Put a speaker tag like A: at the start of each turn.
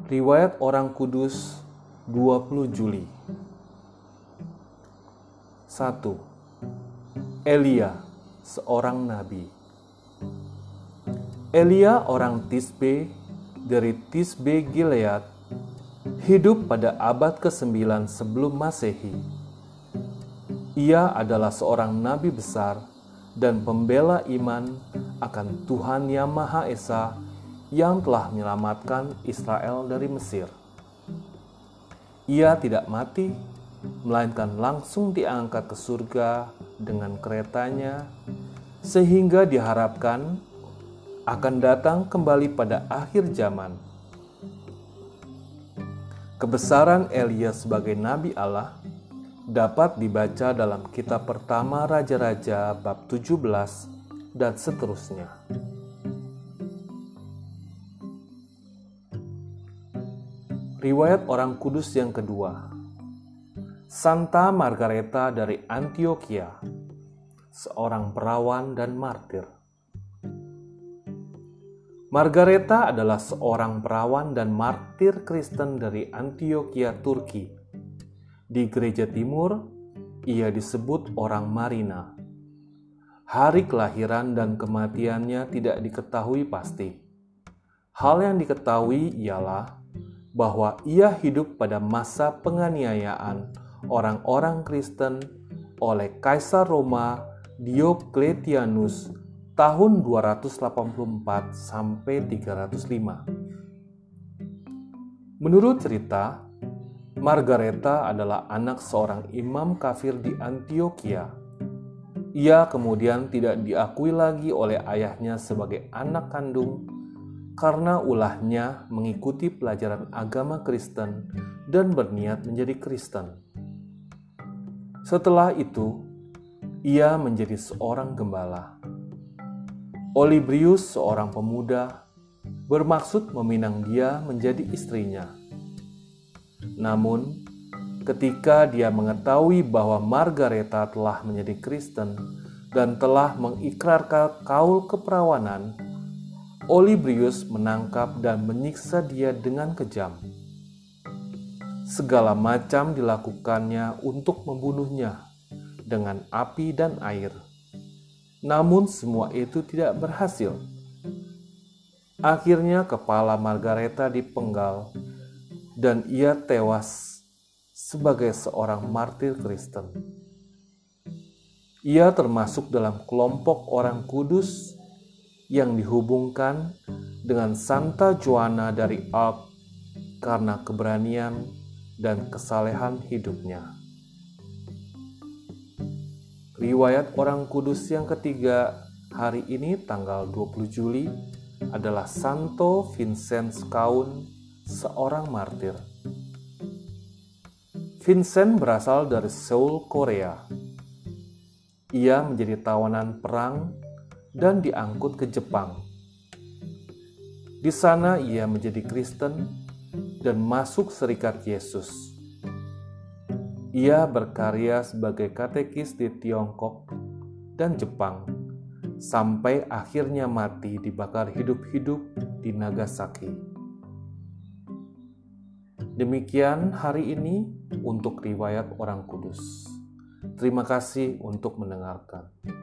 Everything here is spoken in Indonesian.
A: Riwayat Orang Kudus 20 Juli. 1. Elia, seorang nabi. Elia orang Tisbe dari Tisbe Gilead hidup pada abad ke-9 sebelum Masehi. Ia adalah seorang nabi besar dan pembela iman akan Tuhan Yang Maha Esa yang telah menyelamatkan Israel dari Mesir. Ia tidak mati, melainkan langsung diangkat ke surga dengan keretanya, sehingga diharapkan akan datang kembali pada akhir zaman. Kebesaran Elia sebagai Nabi Allah dapat dibaca dalam kitab pertama Raja-Raja bab 17 dan seterusnya. Riwayat Orang Kudus yang kedua. Santa Margareta dari Antioquia, seorang perawan dan martir. Margareta adalah seorang perawan dan martir Kristen dari Antioquia, Turki. Di gereja timur, ia disebut orang Marina. Hari kelahiran dan kematiannya tidak diketahui pasti. Hal yang diketahui ialah bahwa ia hidup pada masa penganiayaan orang-orang Kristen oleh Kaisar Roma Diocletianus tahun 284 sampai 305. Menurut cerita, Margareta adalah anak seorang imam kafir di Antioquia. Ia kemudian tidak diakui lagi oleh ayahnya sebagai anak kandung karena ulahnya mengikuti pelajaran agama Kristen dan berniat menjadi Kristen. Setelah itu, ia menjadi seorang gembala. Olybrius, seorang pemuda, bermaksud meminang dia menjadi istrinya. Namun, ketika dia mengetahui bahwa Margareta telah menjadi Kristen dan telah mengikrarkan kaul keperawanan, Olybrius menangkap dan menyiksa dia dengan kejam. Segala macam dilakukannya untuk membunuhnya dengan api dan air. Namun semua itu tidak berhasil. Akhirnya kepala Margareta dipenggal dan ia tewas sebagai seorang martir Kristen. Ia termasuk dalam kelompok orang kudus yang dihubungkan dengan Santa Joanna dari Arc karena keberanian dan kesalehan hidupnya. Riwayat Orang Kudus yang ketiga hari ini tanggal 20 Juli adalah Santo Vincent Scaun, seorang martir. Vincent berasal dari Seoul, Korea. Ia menjadi tawanan perang dan diangkut ke Jepang. Di sana ia menjadi Kristen dan masuk Serikat Yesus. Ia berkarya sebagai katekis di Tiongkok dan Jepang sampai akhirnya mati dibakar hidup-hidup di Nagasaki. Demikian hari ini untuk Riwayat Orang Kudus. Terima kasih untuk mendengarkan.